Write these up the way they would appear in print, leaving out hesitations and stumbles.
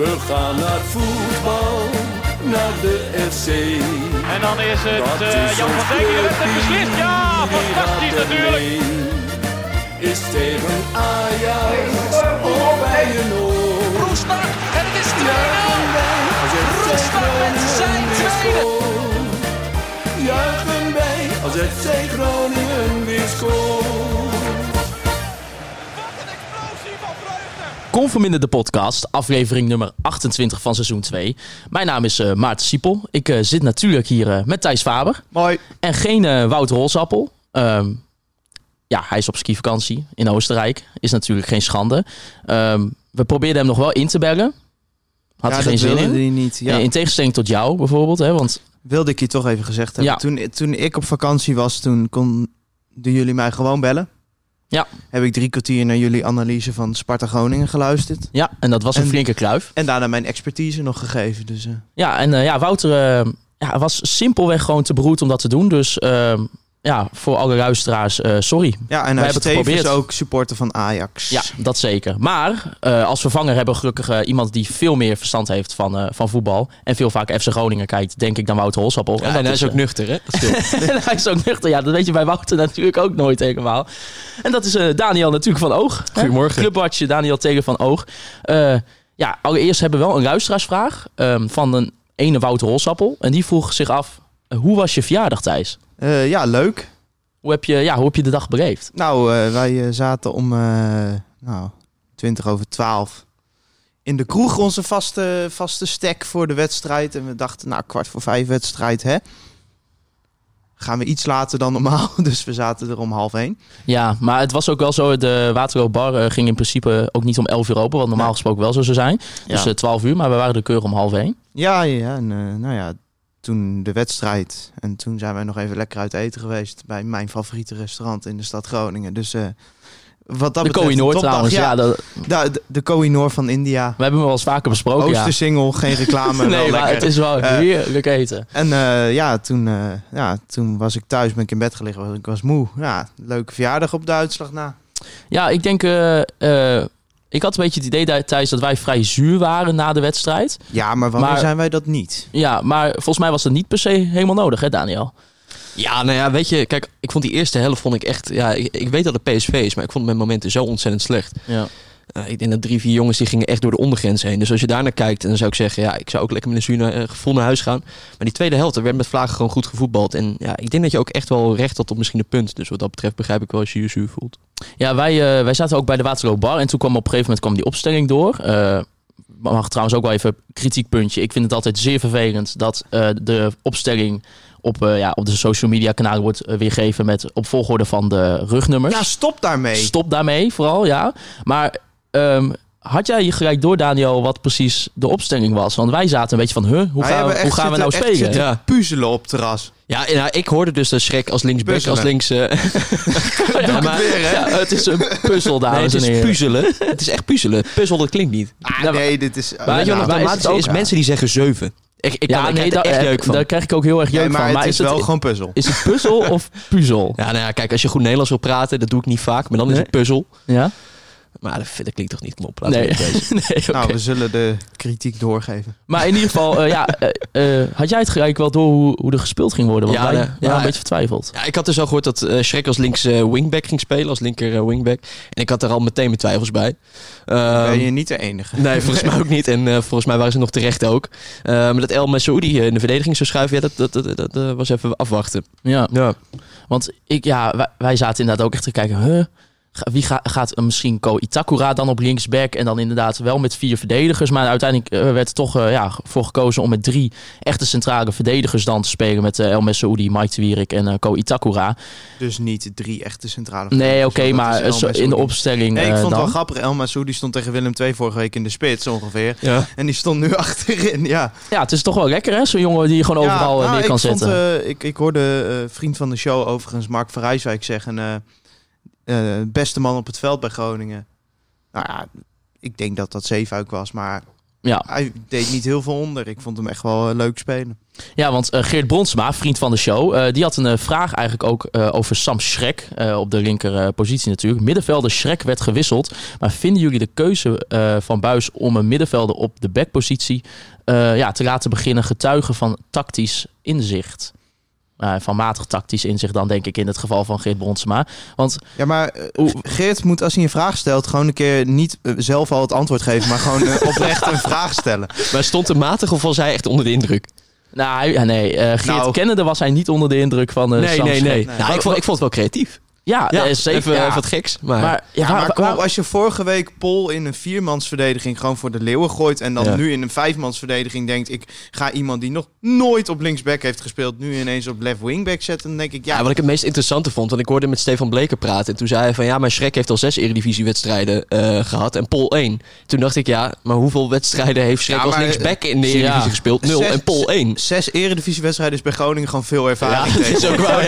We gaan naar voetbal, naar de FC. En dan is het Jan van Dijk die de wedstrijd beslist. Ja, fantastisch natuurlijk. Is tegen Ajax of bij een oor. Roestak en het is 2-0. Roestak met zijn tweede. Juichen wij als FC Groningen weer scoort. Conforminder de podcast, aflevering nummer 28 van seizoen 2. Mijn naam is Maarten Siepel. Ik zit natuurlijk hier met Thijs Faber. Mooi. En geen Wouter Holsappel. Ja, hij is op skivakantie in Oostenrijk. Is natuurlijk geen schande. We probeerden hem nog wel in te bellen. Had er geen zin in. Hij niet, ja. In tegenstelling tot jou bijvoorbeeld. Hè, want... Wilde ik je toch even gezegd hebben. Ja. Toen ik op vakantie was, toen konden jullie mij gewoon bellen. Ja. Heb ik 3 kwartier naar jullie analyse van Sparta Groningen geluisterd. Ja, en dat was een flinke kluif. En daarna mijn expertise nog gegeven. Dus, Ja, en Wouter was simpelweg gewoon te beroerd om dat te doen. Dus voor alle luisteraars, sorry. Ja, en hij is tevens ook supporter van Ajax. Ja, dat zeker. Maar als vervanger hebben we gelukkig iemand die veel meer verstand heeft van voetbal. En veel vaker FC Groningen kijkt, denk ik, dan Wouter Holsappel. Ja, en hij is ook nuchter, hè? En hij is ook nuchter, ja. Dat weet je bij Wouter natuurlijk ook nooit helemaal. En dat is Daniel natuurlijk van Oog. Goedemorgen. Clubwatcher Daniel Tegen van Oog. Allereerst hebben we wel een luisteraarsvraag van een ene Wouter Holsappel. En die vroeg zich af, hoe was je verjaardag, Thijs? Ja, leuk. Hoe heb je de dag beleefd? Nou, wij zaten om 12:20 in de kroeg, onze vaste stek voor de wedstrijd. En we dachten, 4:45 wedstrijd, hè? Gaan we iets later dan normaal. Dus we zaten er om 12:30. Ja, maar het was ook wel zo. De Waterloo Bar ging in principe ook niet om 11 uur open. Wat normaal gesproken wel zo zou zijn. Dus 12 uur, maar we waren er keurig om 12:30. Ja. En toen de wedstrijd. En toen zijn wij nog even lekker uit eten geweest. Bij mijn favoriete restaurant in de stad Groningen. Dus wat dat de betreft... Koh-i-Noor trouwens. Ja, de Koh-i-Noor van India. We hebben hem wel eens vaker besproken. Oostersingel, geen reclame. Nee, maar het is wel heerlijk eten. En toen was ik thuis, ben ik in bed gelegen. Want ik was moe. Ja, leuke verjaardag op de uitslag na. Ja, ik denk... ik had een beetje het idee Thijs dat wij vrij zuur waren na de wedstrijd. Ja, maar wanneer zijn wij dat niet? Ja, maar volgens mij was dat niet per se helemaal nodig, hè Daniel? Ja, nou ja, weet je, kijk, ik vond die eerste helft vond ik echt... Ja, ik weet dat het PSV is, maar ik vond het met momenten zo ontzettend slecht. Ja. Ik denk dat 3-4 jongens die gingen echt door de ondergrens heen. Dus als je daar naar kijkt, dan zou ik zeggen... Ja, ik zou ook lekker met een zuur gevoel naar huis gaan. Maar die tweede helft, er werd met vlagen gewoon goed gevoetbald. En ja, ik denk dat je ook echt wel recht had op misschien een punt. Dus wat dat betreft begrijp ik wel als je je zuur voelt. Ja, wij zaten ook bij de Waterloo Bar. En toen kwam op een gegeven moment die opstelling door. Mag trouwens ook wel even een kritiekpuntje. Ik vind het altijd zeer vervelend dat de opstelling... op de social media kanalen wordt weergegeven met op volgorde van de rugnummers. Ja, stop daarmee. Stop daarmee, vooral, ja. Maar had jij je gelijk door, Daniel, wat precies de opstelling was? Want wij zaten een beetje van, hoe gaan we nou spelen? Ja, puzzelen op terras. Ja, ik hoorde dus de Schrek als linksback, puzzelen. als links... Het is een puzzel, dames en heren. Het is puzzelen. Het is echt puzzelen. Puzzel, dat klinkt niet. Dit is... Maar weet je wat nog dramatische is? Mensen die zeggen 7. Ik krijg er echt jeuk van. Daar krijg ik ook heel erg jeuk van. Maar het is wel gewoon puzzel. Is het puzzel of puzzel? Ja, nou ja, kijk, als je goed Nederlands wil praten, dat doe ik niet vaak. Maar dan is het puzzel. Ja? Maar dat klinkt toch niet? Kom op, Nee, okay. Nou, we zullen de kritiek doorgeven. Maar in ieder geval, had jij het gelijk wel door hoe er gespeeld ging worden? Want wij waren een beetje vertwijfeld. Ja, ik had dus al gehoord dat Schrek als links wingback ging spelen, als linker wingback. En ik had er al meteen mijn twijfels bij. Ben je niet de enige? Nee, volgens mij ook niet. En volgens mij waren ze nog terecht ook. Maar dat El Messoudi in de verdediging zou schuiven, dat was even afwachten. Ja. Want wij zaten inderdaad ook echt te kijken... Wie gaat misschien Ko Itakura dan op linksback en dan inderdaad wel met 4 verdedigers. Maar uiteindelijk werd er toch voor gekozen om met 3 echte centrale verdedigers dan te spelen met El Messoudi, Mike de Wierik en Ko Itakura. Dus niet 3 echte centrale verdedigers. Nee, oké, maar in de opstelling ik vond het dan wel grappig. El Messoudi stond tegen Willem II vorige week in de spits ongeveer. Ja. En die stond nu achterin, ja. Ja, het is toch wel lekker hè, zo'n jongen die je gewoon overal neer kan zetten. Ik hoorde vriend van de show overigens, Mark van Rijswijk, zeggen... beste man op het veld bij Groningen. Nou ja, ik denk dat Zeefuik was, maar hij deed niet heel veel onder. Ik vond hem echt wel leuk spelen. Ja, want Geert Bronsma, vriend van de show, die had een vraag eigenlijk ook over Sam Schrek op de linker positie natuurlijk. Middenvelder Schrek werd gewisseld. Maar vinden jullie de keuze van Buijs om een middenvelder op de backpositie te laten beginnen getuigen van tactisch inzicht? Van matig tactisch inzicht dan, denk ik, in het geval van Geert Bronsma. Want, ja, maar Geert moet, als hij een vraag stelt, gewoon een keer niet zelf al het antwoord geven, maar gewoon oprecht een vraag stellen. Maar stond hij matig of was hij echt onder de indruk? Geert kennende was hij niet onder de indruk van Sam Schrek. Nee. Nou, ik vond het wel creatief. Ja, zeker. Even wat geks. Maar als je vorige week Pol in een 4-mansverdediging gewoon voor de leeuwen gooit en dan nu in een 5-mansverdediging denkt, ik ga iemand die nog nooit op linksback heeft gespeeld nu ineens op left wingback zetten, dan denk ik wat ik het meest interessante vond, want ik hoorde met Stefan Bleker praten en toen zei hij van maar Schrek heeft al 6 Eredivisiewedstrijden gehad en Pol 1. Toen dacht ik maar hoeveel wedstrijden heeft Schrek als linksback in de Eredivisie gespeeld? 0 en Pol 1. 6 Eredivisiewedstrijden is bij Groningen gewoon veel ervaring. Ja, dat is ook wel.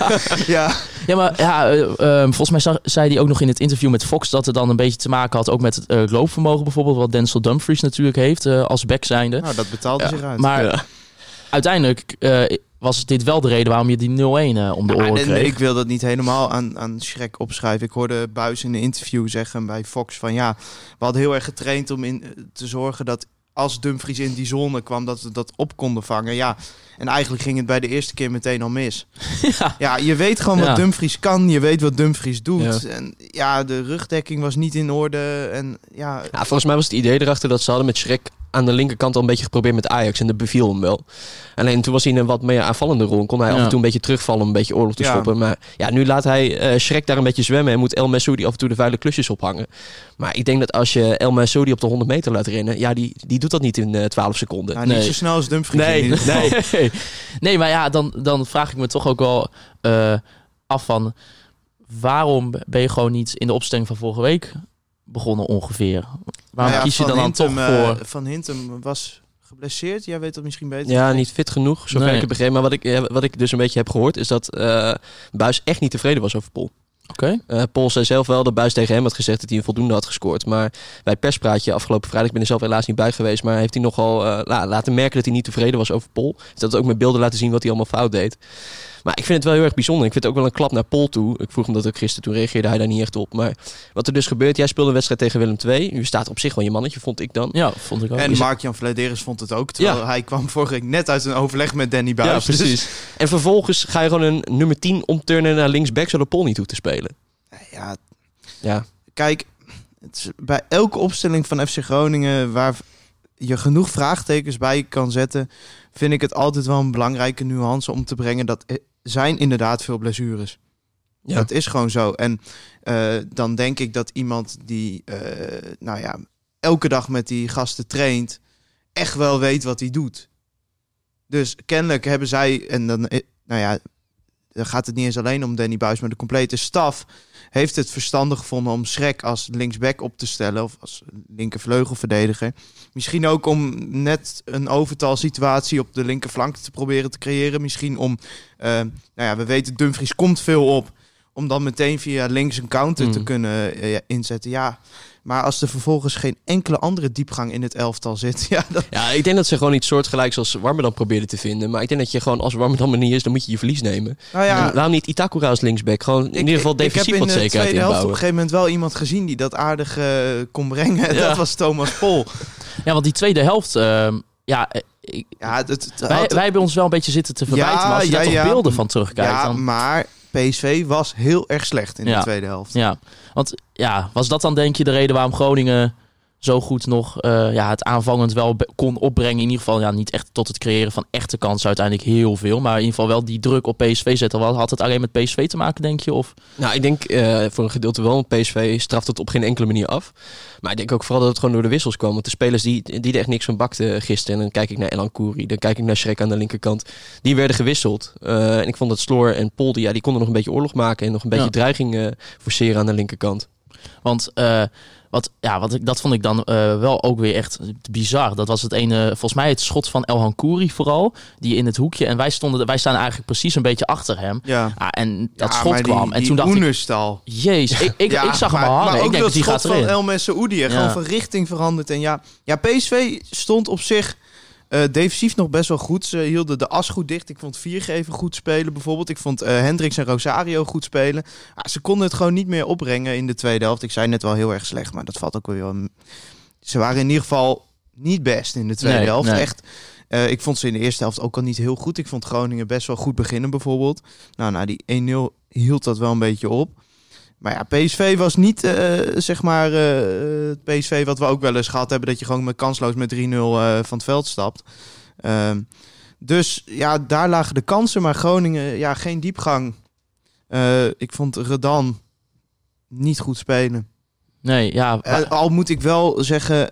Ja, maar volgens mij zei hij ook nog in het interview met Fox dat het dan een beetje te maken had ook met het loopvermogen bijvoorbeeld, wat Denzel Dumfries natuurlijk heeft als back zijnde. Nou, dat betaalde zich uit. Maar uiteindelijk was dit wel de reden waarom je die 0-1 om de oren kreeg. Ik wil dat niet helemaal aan Schrek opschrijven. Ik hoorde Buijs in een interview zeggen bij Fox van we hadden heel erg getraind om te zorgen dat als Dumfries in die zone kwam, dat we dat op konden vangen. Ja, en eigenlijk ging het bij de eerste keer meteen al mis. Ja, je weet gewoon wat Dumfries kan. Je weet wat Dumfries doet. Ja. En de rugdekking was niet in orde. En volgens mij was het idee erachter dat ze hadden met Schrek aan de linkerkant al een beetje geprobeerd met Ajax. En dat beviel hem wel. Alleen toen was hij in een wat meer aanvallende rol. Kon hij af en toe een beetje terugvallen, een beetje oorlog te schoppen. Maar nu laat hij Schrek daar een beetje zwemmen. En moet El Messoudi af en toe de vuile klusjes ophangen. Maar ik denk dat als je El Messoudi op de 100 meter laat rennen, die doet dat niet in 12 seconden. Ja, niet zo snel als Dumfries. Nee, maar dan vraag ik me toch ook wel af van waarom ben je gewoon niet in de opstelling van vorige week begonnen ongeveer? Waarom kies je dan toch voor? Van Hintem was geblesseerd. Jij weet dat misschien beter. Ja, niet fit genoeg, zover ik het begreep. Maar wat ik dus een beetje heb gehoord is dat Buijs echt niet tevreden was over Pol. Oké. Pol zei zelf wel dat Buijs tegen hem had gezegd dat hij een voldoende had gescoord. Maar bij het perspraatje afgelopen vrijdag, ik ben er zelf helaas niet bij geweest, maar heeft hij nogal laten merken dat hij niet tevreden was over Pol. Heeft dat ook met beelden laten zien wat hij allemaal fout deed. Maar ik vind het wel heel erg bijzonder. Ik vind het ook wel een klap naar Pol toe. Ik vroeg hem dat ook gisteren, toen reageerde hij daar niet echt op. Maar wat er dus gebeurt, jij speelde een wedstrijd tegen Willem II. U staat op zich wel je mannetje, vond ik dan. Ja, vond ik ook. En Mark-Jan Vladeris vond het ook. Terwijl hij kwam vorige week net uit een overleg met Danny Buijs. Ja, precies. En vervolgens ga je gewoon een nummer 10 omturnen naar linksback, zodat Pol niet hoeft te spelen. Ja. Kijk, het is bij elke opstelling van FC Groningen waar je genoeg vraagtekens bij kan zetten, vind ik het altijd wel een belangrijke nuance om te brengen dat zijn inderdaad veel blessures. Ja. Dat is gewoon zo. En dan denk ik dat iemand die elke dag met die gasten traint, echt wel weet wat hij doet. Dus kennelijk hebben zij, en dan gaat het niet eens alleen om Danny Buijs, maar de complete staf heeft het verstandig gevonden om Schrek als linksback op te stellen of als linkervleugelverdediger. Misschien ook om net een overtal situatie op de linkerflank te proberen te creëren. Misschien om, we weten Dumfries komt veel op, om dan meteen via links een counter te kunnen inzetten. Ja, maar als er vervolgens geen enkele andere diepgang in het elftal zit. Ja, ik denk dat ze gewoon iets soortgelijks als Warmerdam probeerden te vinden. Maar ik denk dat je gewoon, als Warmerdam er niet is, dan moet je verlies nemen. Nou ja, en waarom niet Itakura als linksback? Gewoon in ieder geval defensief wat zekerheid inbouwen. Ik heb in de tweede helft op een gegeven moment wel iemand gezien die dat aardig kon brengen. Ja. Dat was Thomas Pol. Ja, want die tweede helft... wij hebben ons wel een beetje zitten te verwijten. Maar als je daar toch beelden van terugkijkt... Ja, dan... maar PSV was heel erg slecht in de tweede helft. Ja, want was dat dan denk je de reden waarom Groningen zo goed nog het aanvallend wel kon opbrengen? In ieder geval niet echt tot het creëren van echte kansen uiteindelijk heel veel. Maar in ieder geval wel die druk op PSV zetten. Had het alleen met PSV te maken, denk je? Of? Nou, ik denk voor een gedeelte wel. PSV straft het op geen enkele manier af. Maar ik denk ook vooral dat het gewoon door de wissels kwam. Want de spelers die er echt niks van bakten gisteren. En dan kijk ik naar Elan Kouri. Dan kijk ik naar Schrek aan de linkerkant. Die werden gewisseld. En ik vond dat Sloor en Pol, die konden nog een beetje oorlog maken. En nog een beetje dreiging forceren aan de linkerkant. Want... dat vond ik dan wel ook weer echt bizar. Dat was het ene, volgens mij het schot van Elhan Kouri vooral. Die in het hoekje. En wij staan eigenlijk precies een beetje achter hem. Ja. En dat schot kwam. En toen dacht Oenerstal. ik... Jezus, ik zag hem al hangen. Maar ook ik denk dat die gaat erin. Van El Messoudi. Gewoon van richting veranderd. En PSV stond op zich Defensief nog best wel goed. Ze hielden de as goed dicht. Ik vond Viergever goed spelen bijvoorbeeld. Ik vond Hendricks en Rosario goed spelen. Ze konden het gewoon niet meer opbrengen in de tweede helft. Ik zei net wel heel erg slecht, maar dat valt ook wel. Ze waren in ieder geval niet best in de tweede helft. Nee. Echt. Ik vond ze in de eerste helft ook al niet heel goed. Ik vond Groningen best wel goed beginnen bijvoorbeeld. Nou, die 1-0 hield dat wel een beetje op. Maar ja, PSV was niet het PSV wat we ook wel eens gehad hebben, dat je gewoon kansloos met 3-0 van het veld stapt. Dus ja, daar lagen de kansen. Maar Groningen, geen diepgang. Ik vond Redan niet goed spelen. Nee, ja. Al moet ik wel zeggen,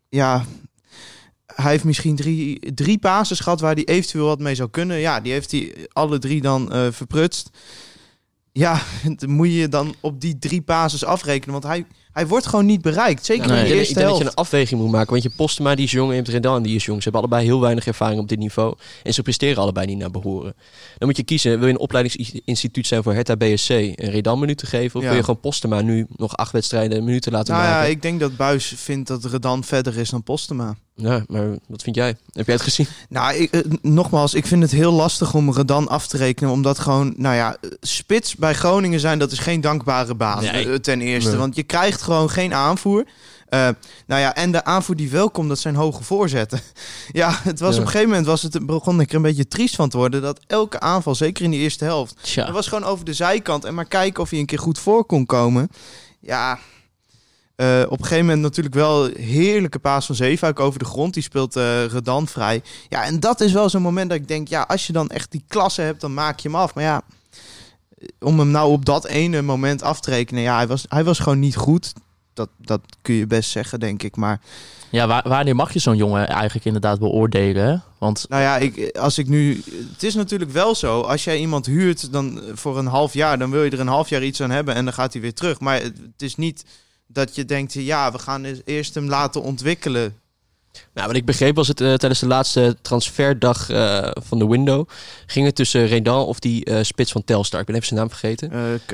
hij heeft misschien drie passes gehad waar hij eventueel wat mee zou kunnen. Ja, die heeft hij alle 3 dan verprutst. Ja, dan moet je dan op die 3 passes afrekenen. Want hij wordt gewoon niet bereikt. Zeker in de eerste helft. Ik denk dat je een afweging moet maken. Want je Postema, die is jong, en Redan, die is jong. Ze hebben allebei heel weinig ervaring op dit niveau. En ze presteren allebei niet naar behoren. Dan moet je kiezen. Wil je een opleidingsinstituut zijn voor Hertha BSC en Redan minuten geven? Of wil je gewoon Postema nu nog 8 wedstrijden minuten laten maken? Ja, ik denk dat Buijs vindt dat Redan verder is dan Postema. Ja, maar wat vind jij? Heb jij het gezien? Nou, nogmaals, ik vind het heel lastig om Redan af te rekenen. Omdat gewoon, spits bij Groningen zijn, dat is geen dankbare baan. Nee. Ten eerste. Nee. Want je krijgt gewoon geen aanvoer. En de aanvoer die wel komt, dat zijn hoge voorzetten. Ja, het was op een gegeven moment begon ik er een beetje triest van te worden. Dat elke aanval, zeker in die eerste helft, dat was gewoon over de zijkant. En maar kijken of hij een keer goed voor kon komen. Ja. Op een gegeven moment natuurlijk wel heerlijke paas van Zeefuik over de grond. Die speelt Redan vrij. Ja, en dat is wel zo'n moment dat ik denk, als je dan echt die klasse hebt, dan maak je hem af. Maar ja, om hem nou op dat ene moment af te rekenen, hij was gewoon niet goed. Dat kun je best zeggen, denk ik. Maar ja, wanneer mag je zo'n jongen eigenlijk inderdaad beoordelen? Hè? Want het is natuurlijk wel zo. Als jij iemand huurt dan voor een half jaar, dan wil je er een half jaar iets aan hebben en dan gaat hij weer terug. Maar het is niet dat je denkt, we gaan eerst hem laten ontwikkelen. Nou, wat ik begreep was het tijdens de laatste transferdag van de window. Ging het tussen Redan of die spits van Telstar. Ik ben even zijn naam vergeten.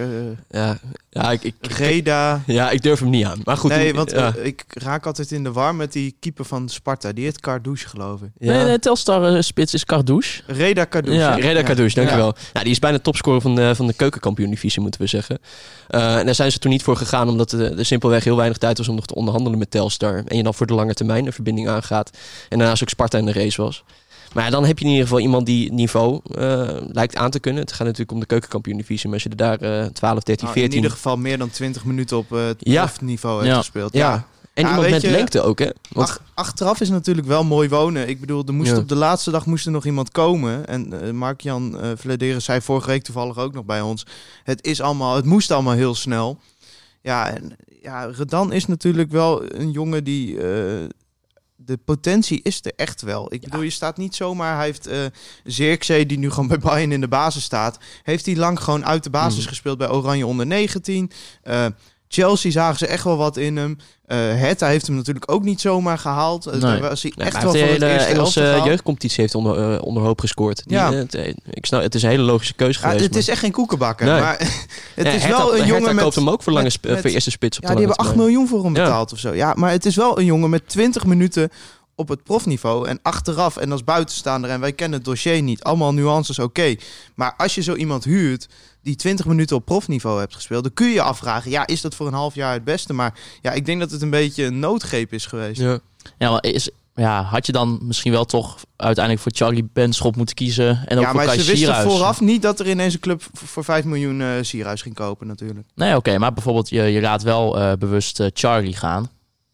Reda. Ja, ik durf hem niet aan. Maar goed. Nee, want ik raak altijd in de war met die keeper van Sparta. Die heet Cardouche, geloof ik. Ja. Nee, Telstar spits is Cardouche. Reda Cardouche. Ja. Reda Cardouche, dankjewel. Ja, die is bijna topscorer van de keukenkampioen-divisie, moeten we zeggen. En daar zijn ze toen niet voor gegaan, omdat er simpelweg heel weinig tijd was om nog te onderhandelen met Telstar. En je dan voor de lange termijn een verbinding aangaat. En daarnaast ook Sparta in de race was. Maar ja, dan heb je in ieder geval iemand die niveau lijkt aan te kunnen. Het gaat natuurlijk om de keukenkampioen-divisie. Maar als je er daar 12, 13, 14... In ieder geval meer dan 20 minuten op het niveau heeft gespeeld. Ja. En iemand met lengte ook, hè? Want achteraf is natuurlijk wel mooi wonen. Ik bedoel, op de laatste dag moest er nog iemand komen. En Mark-Jan Vlederen zei vorige week toevallig ook nog bij ons. Het moest allemaal heel snel. Ja, en Redan is natuurlijk wel een jongen die... de potentie is er echt wel. Ik bedoel, je staat niet zomaar... Hij heeft Zirkzee, die nu gewoon bij Bayern in de basis staat... heeft hij lang gewoon uit de basis gespeeld bij Oranje onder 19. Chelsea zagen ze echt wel wat in hem. Hertha heeft hem natuurlijk ook niet zomaar gehaald. Daar was hij echt wel van het eerste Engelse jeugdcompetitie heeft onderhoop gescoord. Ik snap, het is een hele logische keuze geweest. Het is echt geen koekenbakker. Nee. Maar het is wel een jongen met... koopt hem ook voor eerste spits op de die hebben 8 miljoen voor hem betaald of zo. Ja, maar het is wel een jongen met 20 minuten op het profniveau en achteraf en als buitenstaander. En wij kennen het dossier niet. Allemaal nuances, oké. Maar als je zo iemand huurt die 20 minuten op profniveau hebt gespeeld, dan kun je je afvragen, is dat voor een half jaar het beste? Maar ik denk dat het een beetje een noodgreep is geweest. Maar had je dan misschien wel toch uiteindelijk voor Charlie Benschop moeten kiezen en ook voor Kai Sierhuis? Ja, maar ze wisten vooraf niet dat er ineens een club voor 5 miljoen Sierhuis ging kopen natuurlijk. Nee, oké, maar bijvoorbeeld je laat wel bewust Charlie gaan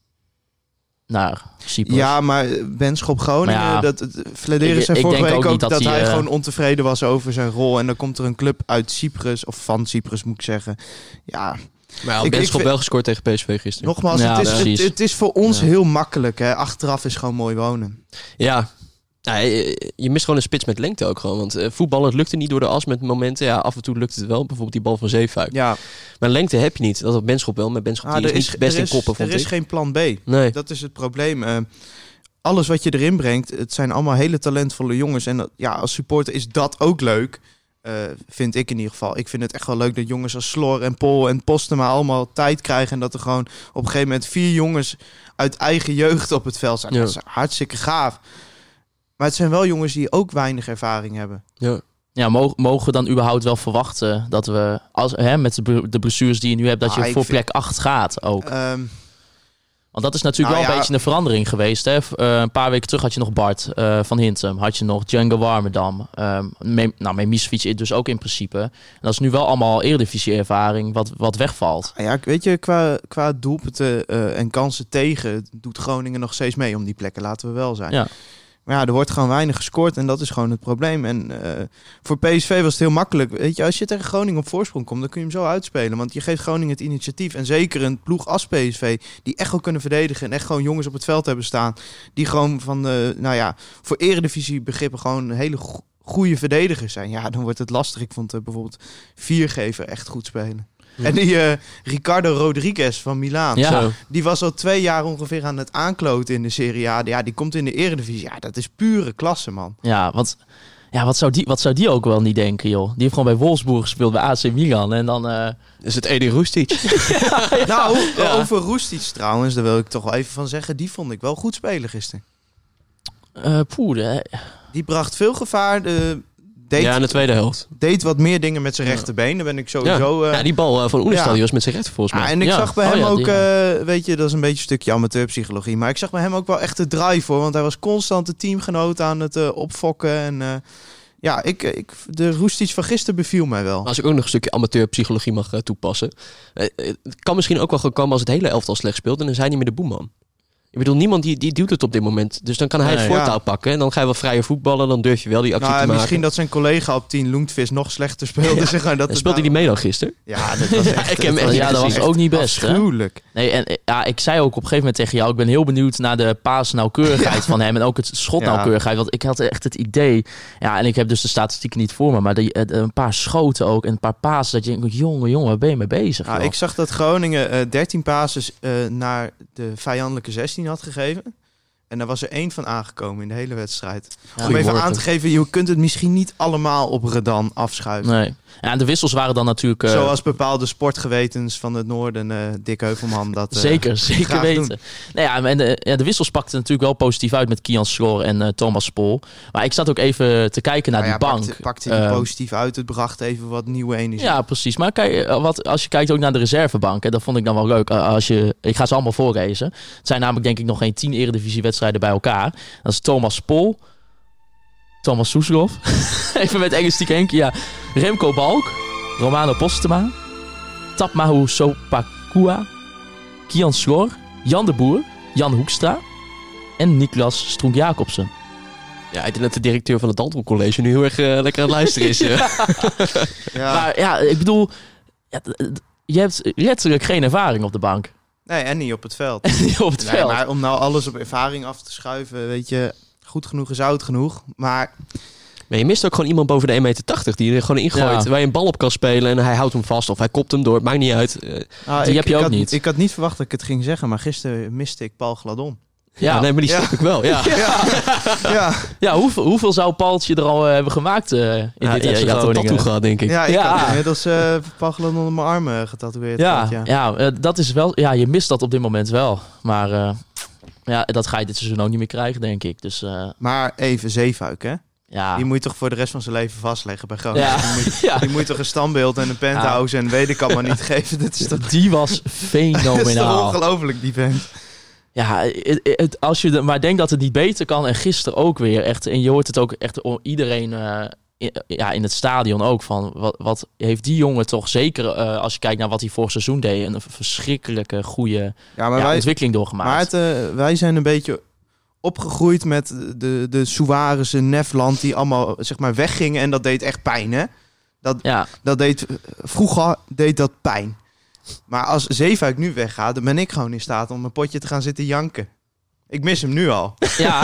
naar Cyprus. Ja, maar Benschop Groningen, Vlederen zei vorige week ook dat hij gewoon ontevreden was over zijn rol. En dan komt er een club uit Cyprus, of van Cyprus moet ik zeggen. Ja. Maar Benschop wel gescoord tegen PSV gisteren. Nogmaals, het is voor ons heel makkelijk. Hè. Achteraf is gewoon mooi wonen. Ja. Je mist gewoon een spits met lengte ook gewoon. Want voetballen lukte niet door de as met momenten. Ja, af en toe lukt het wel. Bijvoorbeeld die bal van Zeefuik. Ja. Maar lengte heb je niet. Dat had Benschop wel. Maar Benschop is niet best in koppen, vond ik. Er is geen plan B. Nee. Dat is het probleem. Alles wat je erin brengt, het zijn allemaal hele talentvolle jongens. En als supporter is dat ook leuk. Vind ik in ieder geval. Ik vind het echt wel leuk dat jongens als Slor en Pol en Postema allemaal tijd krijgen. En dat er gewoon op een gegeven moment 4 jongens uit eigen jeugd op het veld staan. Ja. Dat is hartstikke gaaf. Maar het zijn wel jongens die ook weinig ervaring hebben. Ja, mogen we dan überhaupt wel verwachten dat we, met de blessures die je nu hebt, dat je voor plek 8 gaat ook? Want dat is natuurlijk wel een beetje een verandering geweest. Hè? Een paar weken terug had je nog Bart van Hintem. Had je nog Django Warmerdam. Memisevic dus ook in principe. En dat is nu wel allemaal Eredivisie-ervaring wat wegvalt. Ja, weet je, qua doelpunten en kansen tegen doet Groningen nog steeds mee om die plekken, laten we wel zijn. Ja. Maar ja, er wordt gewoon weinig gescoord en dat is gewoon het probleem. En voor PSV was het heel makkelijk. Weet je, als je tegen Groningen op voorsprong komt, dan kun je hem zo uitspelen. Want je geeft Groningen het initiatief. En zeker een ploeg als PSV, die echt wel kunnen verdedigen en echt gewoon jongens op het veld hebben staan. Die gewoon voor Eredivisie begrippen gewoon hele goede verdedigers zijn. Ja, dan wordt het lastig. Ik vond bijvoorbeeld Viergever echt goed spelen. En die Ricardo Rodriguez van Milaan, die was al 2 jaar ongeveer aan het aankloten in de Serie A. Ja, die komt in de Eredivisie. Ja, dat is pure klasse, man. Ja, wat zou die ook wel niet denken, joh? Die heeft gewoon bij Wolfsburg gespeeld, bij AC Milan. En dan is het Edi Roestic. Over Roestic trouwens, daar wil ik toch wel even van zeggen. Die vond ik wel goed spelen gisteren. Die bracht veel gevaar. In de tweede helft. Deed wat meer dingen met zijn rechterbeen. Dan ben ik sowieso... die bal van Oenestal was met zijn rechter volgens mij. En ik zag bij hem ook... weet je, dat is een beetje een stukje amateurpsychologie. Maar ik zag bij hem ook wel echt de drive voor. Want hij was constant de teamgenoot aan het opfokken. En de Roestic van gisteren beviel mij wel. Als ik ook nog een stukje amateurpsychologie mag toepassen. Het kan misschien ook wel gewoon komen als het hele elftal slecht speelt. En dan is hij niet meer de boeman. Ik bedoel, niemand die doet het op dit moment. Dus dan kan hij het voortouw pakken. En dan ga je wel vrijer voetballen. Dan durf je wel die actie te maken. Misschien dat zijn collega op 10 Loentvist nog slechter speelde. Speelde hij die mee dan gisteren? Ja, dat was echt... dat was ook niet best. Afschuwelijk. Nee, en ik zei ook op een gegeven moment tegen jou... ik ben heel benieuwd naar de paasnauwkeurigheid van hem. En ook het schotnauwkeurigheid. Want ik had echt het idee... Ja, en ik heb dus de statistieken niet voor me. Maar een paar schoten ook. En een paar pasen. Dat je denkt, jongen, waar ben je mee bezig? Ik zag dat Groningen 13 pases naar de vijandelijke 16 had gegeven. En daar was er 1 van aangekomen in de hele wedstrijd. Om even aan te geven, je kunt het misschien niet allemaal op Redan afschuiven. Nee. Ja, en de wissels waren dan natuurlijk... Zoals bepaalde sportgewetens van het noorden, Dick Heuvelman, dat zeker weten. Nou ja, en de wissels pakten natuurlijk wel positief uit met Kian Schlor en Thomas Pol. Maar ik zat ook even te kijken naar die bank. Pakte die positief uit, het bracht even wat nieuwe energie. Ja, precies. Maar kijk, als je kijkt ook naar de reservebank, hè, dat vond ik dan wel leuk. Ik ga ze allemaal voorlezen. Het zijn namelijk denk ik nog geen 10 Eredivisie-wedstrijden bij elkaar. Dat is Thomas Pol, Thomas Soeslof, even met Engels Henkie, Remco Balk, Romano Postema, Tapmahu Sopakua, Kian Schlor, Jan de Boer, Jan Hoekstra en Niklas Stroenk-Jacobsen. Ja, ik denk dat de directeur van het Dalton College nu heel erg lekker aan het luisteren is. Maar ik bedoel, je hebt letterlijk geen ervaring op de bank. Nee, en niet op het veld. Maar om nou alles op ervaring af te schuiven, weet je, goed genoeg is oud genoeg. Maar je mist ook gewoon iemand boven de 1,80 meter die er gewoon ingooit, waar je een bal op kan spelen en hij houdt hem vast of hij kopt hem door. Het maakt niet uit. Die heb je ook niet. Ik had niet verwacht dat ik het ging zeggen, maar gisteren miste ik Paul Gladon. Ja, nee, maar die snap ik wel. Ja, hoeveel zou Paultje er al hebben gemaakt in dit jaar? Je had een tattoo gehad, denk ik. Ja, ik had inmiddels Paul Gladon op mijn armen getatoeëerd. Dat is wel... Ja, je mist dat op dit moment wel. Maar dat ga je dit seizoen ook niet meer krijgen, denk ik. Dus, maar even Zeefuik, hè? Ja. Die moet je toch voor de rest van zijn leven vastleggen bij Groningen. Die moet toch een standbeeld en een penthouse en weet ik allemaal niet geven. Dat is toch... Die was fenomenaal. Dat is toch ongelooflijk, die vent. Ja, als je maar denkt dat het niet beter kan. En gisteren ook weer echt. En je hoort het ook echt iedereen in het stadion ook van. Wat heeft die jongen toch zeker als je kijkt naar wat hij vorig seizoen deed. Een verschrikkelijke goede ontwikkeling doorgemaakt. Maar wij zijn een beetje opgegroeid met de Suarez'en, Nefland die allemaal zeg maar weggingen. En dat deed echt pijn, hè? Vroeger deed dat pijn. Maar als Zeefuik nu weggaat, dan ben ik gewoon in staat om een potje te gaan zitten janken. Ik mis hem nu al.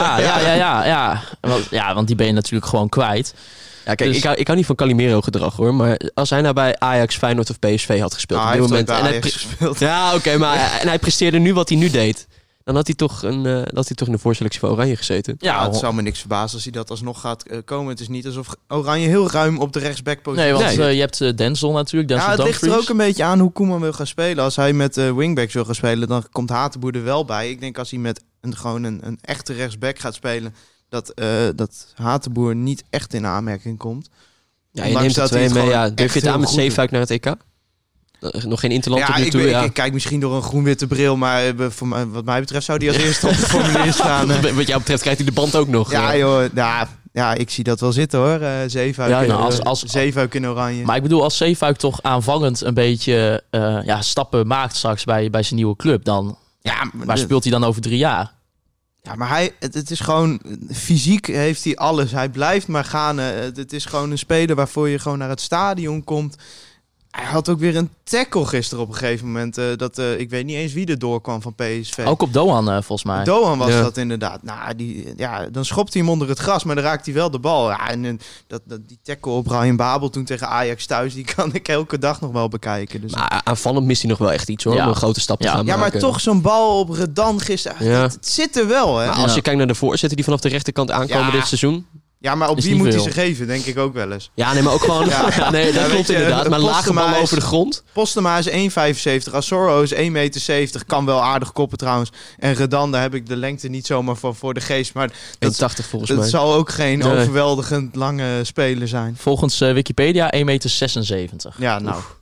Ja, want die ben je natuurlijk gewoon kwijt. Ja, kijk, dus... ik hou niet van Calimero gedrag hoor. Maar als hij nou bij Ajax, Feyenoord of PSV had gespeeld op dit moment. Bij Ajax gespeeld. Ja, oké, maar en hij presteerde nu wat hij nu deed. Dan had hij toch in de voorselectie van Oranje gezeten. Ja, het zou me niks verbazen als hij dat alsnog gaat komen. Het is niet alsof Oranje heel ruim op de rechtsbackpositie... Nee, want je hebt Denzel natuurlijk. Het ligt er ook een beetje aan hoe Koeman wil gaan spelen. Als hij met wingbacks wil gaan spelen, dan komt Hatenboer er wel bij. Ik denk als hij met gewoon een echte rechtsback gaat spelen... dat Hatenboer niet echt in aanmerking komt. Ja, je neemt er 2 mee. Ja. Durf je het aan met Zeefuik naar het EK? Nog geen interland tot nu toe. Ik kijk misschien door een groen-witte bril, maar wat mij betreft zou die als eerste op het formulier staan. Wat jou betreft krijgt hij de band ook nog. Ja, joh. Ja, ik zie dat wel zitten hoor. Zeefuik, Zeefuik in oranje. Maar ik bedoel, als Zeefuik toch aanvangend een beetje stappen maakt straks bij zijn nieuwe club, dan waar speelt hij dan over 3 jaar? Ja, maar het is gewoon... Fysiek heeft hij alles. Hij blijft maar gaan. Het is gewoon een speler waarvoor je gewoon naar het stadion komt. Hij had ook weer een tackle gisteren op een gegeven moment. Ik weet niet eens wie er doorkwam van PSV. Ook op Doan volgens mij. Doan was dat inderdaad. Nou, dan schopt hij hem onder het gras, maar dan raakt hij wel de bal. Ja, en die tackle op Ryan Babel toen tegen Ajax thuis, die kan ik elke dag nog wel bekijken. Dus. Maar aanvallend mist hij nog wel echt iets hoor, om een grote stap te gaan maken. Ja, maar toch zo'n bal op Redan gisteren. Ja. Het zit er wel, hè. Maar als je kijkt naar de voorzetten die vanaf de rechterkant aankomen dit seizoen. Ja, maar op wie moet hij ze geven, denk ik ook wel eens. Ja, nee, maar ook gewoon... Nee, dat klopt inderdaad. Maar lage bal over de grond. Postema is 1,75. Asoro is 1,70 meter. Kan wel aardig koppen trouwens. En Redan, daar heb ik de lengte niet zomaar voor de geest. Maar 1,80 volgens mij. Het zal ook geen overweldigend lange speler zijn. Volgens Wikipedia 1,76 meter. Ja, nou. Oef.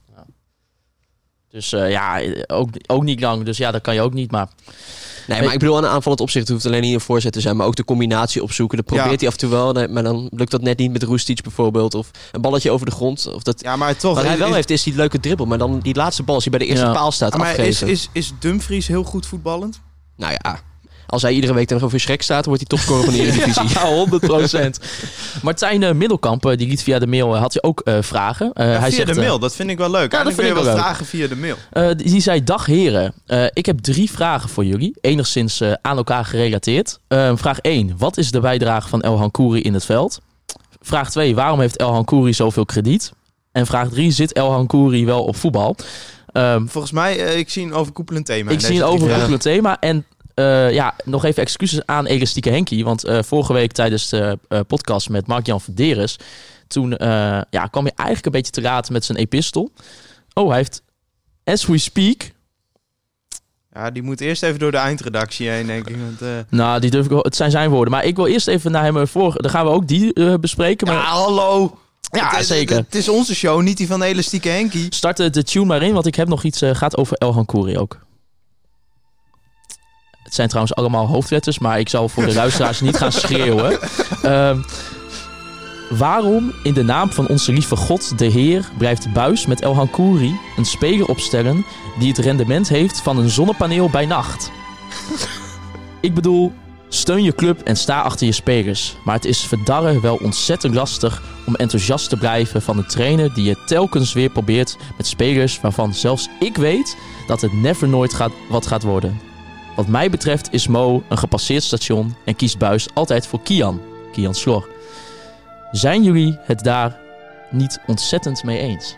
Dus ook niet lang. Dus ja, dat kan je ook niet, maar... Nee, maar ik bedoel, aan een aanvallend opzicht hoeft alleen niet een voorzet te zijn, maar ook de combinatie opzoeken. Dat probeert hij af en toe wel, maar dan lukt dat net niet met Roestic bijvoorbeeld. Of een balletje over de grond. Of dat... Ja, maar toch... Wat hij wel heeft, is die leuke dribbel. Maar dan die laatste bal, als hij bij de eerste paal staat, maar afgeven. Is Dumfries heel goed voetballend? Nou ja, als hij iedere week dan nog over Schrek staat, wordt hij topscorer van de Eredivisie. Ja, 100%. Martijn Middelkamp, die liet via de mail, had hij ook vragen. Hij via de mail, dat vind ik wel leuk. Ja, dat vind ik wel vragen via de mail. Die zei, dag heren, ik heb 3 vragen voor jullie. Enigszins aan elkaar gerelateerd. Vraag 1, wat is de bijdrage van Elhan Kouri in het veld? Vraag 2, waarom heeft Elhan Kouri zoveel krediet? En vraag 3, zit Elhan Kouri wel op voetbal? Volgens mij, ik zie een overkoepelend thema. Ik zie een overkoepelend thema en... nog even excuses aan Elastieke Henkie. Want vorige week tijdens de podcast met Mark-Jan Verderes... toen kwam hij eigenlijk een beetje te raad met zijn epistel. Oh, hij heeft As We Speak... Ja, die moet eerst even door de eindredactie heen, denk ik. Want, Nou, die durf ik wel. Het zijn woorden. Maar ik wil eerst even naar hem voor... Dan gaan we ook die bespreken. Maar... Ja, hallo! Ja, zeker. Het is onze show, niet die van Elastieke Henkie. Start de tune maar in, want ik heb nog iets... gaat over Elhan Kouri ook. Het zijn trouwens allemaal hoofdletters, maar ik zal voor de luisteraars niet gaan schreeuwen. Waarom in de naam van onze lieve God, de Heer, blijft Buis met Elhan Kouri een speler opstellen die het rendement heeft van een zonnepaneel bij nacht? Ik bedoel, steun je club en sta achter je spelers. Maar het is verdarren wel ontzettend lastig om enthousiast te blijven van een trainer die je telkens weer probeert met spelers waarvan zelfs ik weet dat het never nooit wat gaat worden. Wat mij betreft is Mo een gepasseerd station en kiest Buis altijd voor Kian Slor. Zijn jullie het daar niet ontzettend mee eens?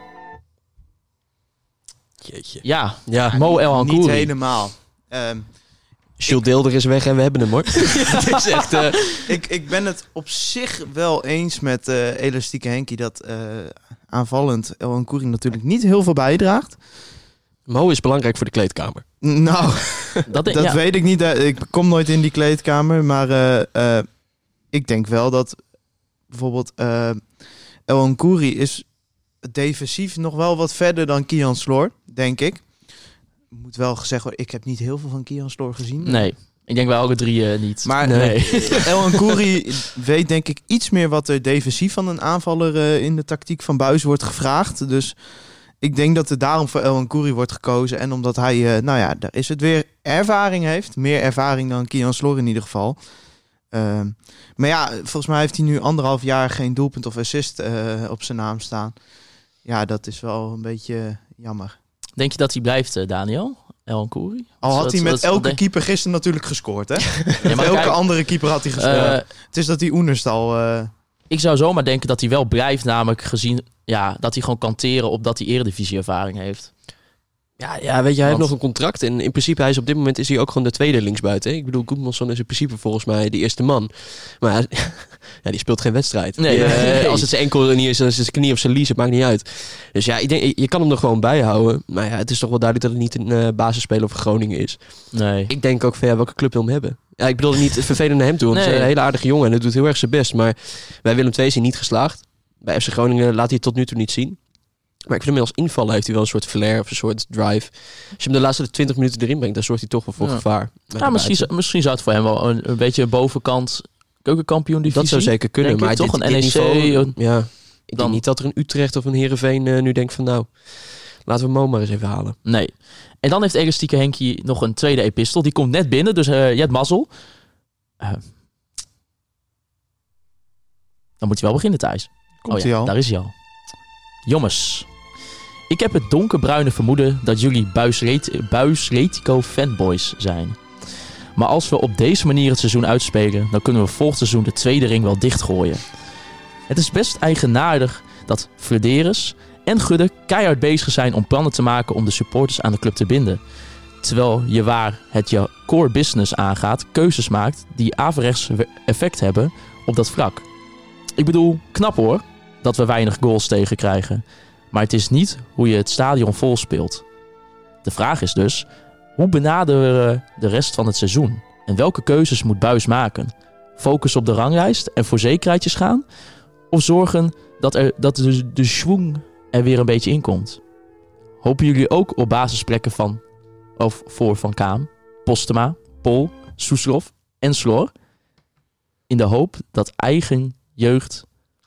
Jeetje. Ja. Mo Elhan Kouri. Niet helemaal. Jules Deelder is weg en we hebben hem hoor. Het is echt, ik ben het op zich wel eens met Elastieke Henkie dat aanvallend Elhan Kouri natuurlijk niet heel veel bijdraagt. Mo is belangrijk voor de kleedkamer. Nou, dat weet ik niet. Ik kom nooit in die kleedkamer. Maar ik denk wel dat bijvoorbeeld Elhan Kouri is defensief nog wel wat verder dan Kian Slor, denk ik. Moet wel gezegd worden, ik heb niet heel veel van Kian Slor gezien. Nee, ik denk wel alle 3 niet. Maar Elhan Kouri weet denk ik iets meer wat er defensief van een aanvaller in de tactiek van Buis wordt gevraagd. Dus ik denk dat er daarom voor Elhan Kouri wordt gekozen. En omdat hij, daar is het weer, ervaring heeft. Meer ervaring dan Kian Slor in ieder geval. Maar ja, volgens mij heeft hij nu 1,5 jaar geen doelpunt of assist op zijn naam staan. Ja, dat is wel een beetje jammer. Denk je dat hij blijft, Daniel? Elhan Kouri? Al had hij met elke keeper gisteren natuurlijk gescoord, hè? Ja, maar elke andere keeper had hij gescoord. Het is dat die Oenerstal... Ik zou zomaar denken dat hij wel blijft, namelijk gezien dat hij gewoon kan teren op dat hij eredivisie-ervaring heeft. Ja, weet je, hij heeft nog een contract. En in principe, op dit moment is hij ook gewoon de tweede linksbuiten. Hè? Ik bedoel, Goedmanson is in principe volgens mij de eerste man. Maar die speelt geen wedstrijd. Nee. Als het zijn enkel niet is, dan is het zijn knie of zijn lies, het maakt niet uit. Dus ja, ik denk, je kan hem er gewoon bij houden. Maar ja, het is toch wel duidelijk dat het niet een basisspeler voor Groningen is. Nee. Ik denk ook van, welke club wil hem hebben? Ja, ik bedoel niet vervelend naar hem toe, want Nee. hij is een hele aardige jongen en hij doet heel erg zijn best. Maar bij Willem II is hij niet geslaagd. Bij FC Groningen laat hij het tot nu toe niet zien. Maar ik vind hem als invallen heeft hij wel een soort flair of een soort drive. Als je hem de laatste 20 minuten erin brengt, dan zorgt hij toch wel voor gevaar. Ja, misschien zou het voor hem wel een beetje bovenkant keukenkampioen divisie. Dat zou zeker kunnen, denk maar ik, toch dit een NEC. niveau, ja, ik Dan- denk niet dat er een Utrecht of een Heerenveen nu denkt van nou, laten we Mo maar eens even halen. Nee. En dan heeft Elastieke Henkie nog een tweede epistel. Die komt net binnen, dus je hebt mazzel. Dan moet je wel beginnen, Thijs. Komt hij al? Daar is hij al. Jongens, ik heb het donkerbruine vermoeden dat jullie Buis-Retico fanboys zijn. Maar als we op deze manier het seizoen uitspelen, dan kunnen we volgend seizoen de tweede ring wel dichtgooien. Het is best eigenaardig dat Flederis en Gudde keihard bezig zijn om plannen te maken om de supporters aan de club te binden. Terwijl je waar het je core business aangaat, keuzes maakt die averechts effect hebben op dat vlak. Ik bedoel, knap hoor, dat we weinig goals tegenkrijgen. Maar het is niet hoe je het stadion vol speelt. De vraag is dus, hoe benaderen we de rest van het seizoen? En welke keuzes moet Buis maken? Focus op de ranglijst en voor zekerheidjes gaan? Of zorgen dat de schwung er weer een beetje in komt? Hopen jullie ook op basisplekken voor Van Kaam, Postema, Pol, Soeslof en Sloor? In de hoop dat eigen jeugd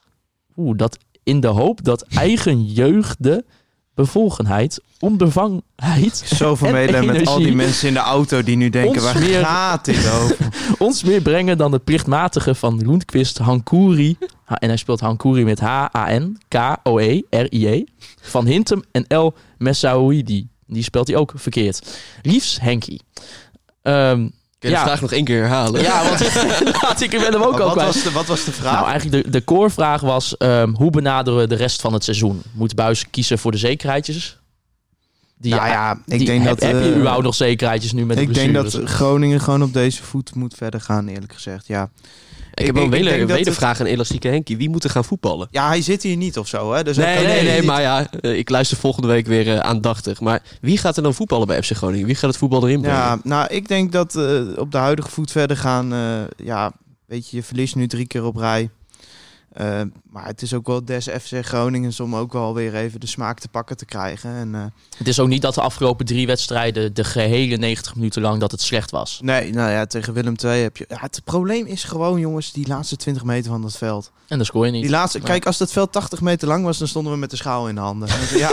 de bevolgenheid, onbevangenheid Zoveel en medelijden met al die energie mensen in de auto die nu denken, ons waar meer- gaat dit over? ons meer brengen dan het plichtmatige van Lundqvist Hankouri. En hij speelt Hankouri met H-A-N-K-O-E-R-I-E. Van Hintem en El Messaouidi. Die speelt hij ook verkeerd. Liefs Henkie. Kun je de vraag nog één keer herhalen? Ja, want ik ben hem ook al kwijt. Wat was de vraag? Nou, eigenlijk de core-vraag was, hoe benaderen we de rest van het seizoen? Moet Buis kiezen voor de zekerheidjes? Ik denk dat... Heb je überhaupt nog zekerheidjes nu met de ik denk blessures? dat Groningen gewoon op deze voet moet verder gaan, eerlijk gezegd. Ja, Ik heb wel een denk dat het- wedervraag aan Elastieke Henkie. Wie moet er gaan voetballen? ja, hij zit hier niet of zo, hè? Dus hij kan- Nee, maar ja, ik luister volgende week weer aandachtig. Maar wie gaat er dan voetballen bij FC Groningen? Wie gaat het voetbal erin brengen? Ja, nou, ik denk dat op de huidige voet verder gaan. Weet je verliest nu 3 keer op rij. Maar het is ook wel des FC Groningen om ook wel weer even de smaak te pakken te krijgen. En, Het is ook niet dat de afgelopen 3 wedstrijden de gehele 90 minuten lang dat het slecht was. nee, nou ja, tegen Willem II heb je... Ja, het probleem is gewoon, jongens, die laatste 20 meter van dat veld. En dan scoor je niet. Die laatste, kijk, als dat veld 80 meter lang was, dan stonden we met de schaal in de handen.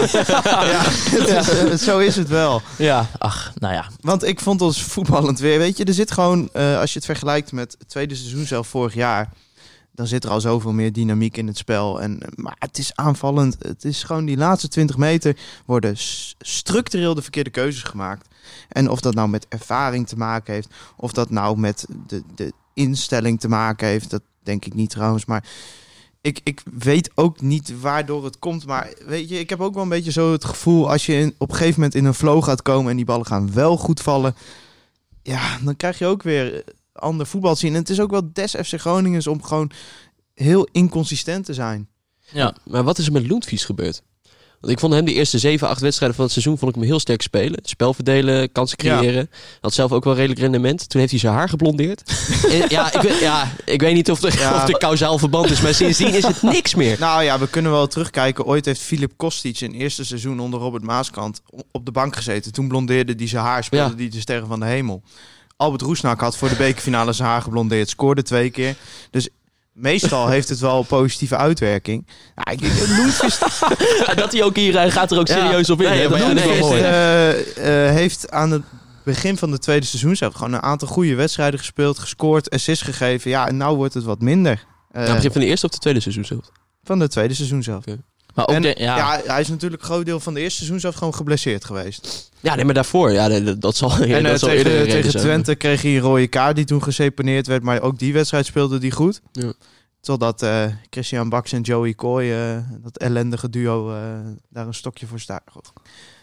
Zo is het wel. Ja, ach, nou ja. Want ik vond ons voetballend weer, weet je, er zit gewoon, als je het vergelijkt met het tweede seizoen zelf vorig jaar, dan zit er al zoveel meer dynamiek in het spel. Maar het is aanvallend. Het is gewoon die laatste 20 meter worden structureel de verkeerde keuzes gemaakt. En of dat nou met ervaring te maken heeft, of dat nou met de instelling te maken heeft, dat denk ik niet trouwens. Maar ik weet ook niet waardoor het komt. Maar weet je, ik heb ook wel een beetje zo het gevoel, als je op een gegeven moment in een flow gaat komen en die ballen gaan wel goed vallen, ja, dan krijg je ook weer ander voetbal te zien. En het is ook wel des FC Groningen om gewoon heel inconsistent te zijn. Ja. Maar wat is er met Lundqvist gebeurd? Want ik vond hem de eerste 7, 8 wedstrijden van het seizoen vond ik hem heel sterk spelen. Spel verdelen, kansen creëren. Had zelf ook wel redelijk rendement. Toen heeft hij zijn haar geblondeerd. Ik weet niet of er kausaal verband is, maar sindsdien is het niks meer. Nou ja, we kunnen wel terugkijken. Ooit heeft Filip Kostic in het eerste seizoen onder Robert Maaskant op de bank gezeten. Toen blondeerde hij zijn haar, speelde hij de Sterren van de Hemel. Albert Roesnak had voor de bekerfinale zijn haar geblondeerd, scoorde 2 keer. Dus meestal heeft het wel positieve uitwerking. Ja, Dat hij ook hier gaat er ook serieus op in. Nee, hè? Dat maar vind ik wel mooi. heeft aan het begin van het tweede seizoen zelf gewoon een aantal goede wedstrijden gespeeld, gescoord, assist gegeven. Ja, en nou wordt het wat minder. Begin van de eerste of de tweede seizoen zelf? Van het tweede seizoen zelf. Okay. Maar ook En, hij is natuurlijk een groot deel van de eerste seizoen zelf gewoon geblesseerd geweest. Ja, nee, maar daarvoor. Ja, dat zal En dat zal eerder een reden tegen zijn. Twente kreeg hij een rode kaart die toen geseponeerd werd. Maar ook die wedstrijd speelde hij goed. Ja. Totdat Christian Baks en Joey Coy, dat ellendige duo, daar een stokje voor staat.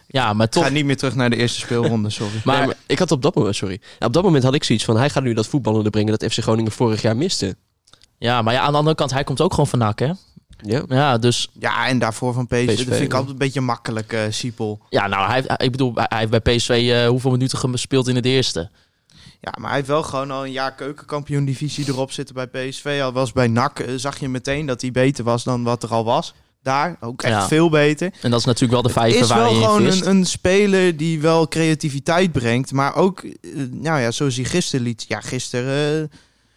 Ja, maar Ik toch... ga niet meer terug naar de eerste speelronde, sorry. Maar, maar ik had op dat moment had ik zoiets van... hij gaat nu dat voetballen er brengen dat FC Groningen vorig jaar miste. ja, maar aan de andere kant, hij komt ook gewoon van NAC, hè? Ja. Ja, dus... Ja, en daarvoor van PSV. Dat vind ik altijd een beetje makkelijk, Siepel. Ja, nou, hij heeft bij PSV hoeveel minuten gespeeld in het eerste? Ja, maar hij heeft wel gewoon al een jaar keukenkampioen-divisie erop zitten bij PSV. Al was bij NAC, zag je meteen dat hij beter was dan wat er al was. Daar, ook echt veel beter. En dat is natuurlijk wel de vijver is waar wel je in gewoon vist. een speler die wel creativiteit brengt. Maar ook, zoals hij gisteren liet. Ja, gisteren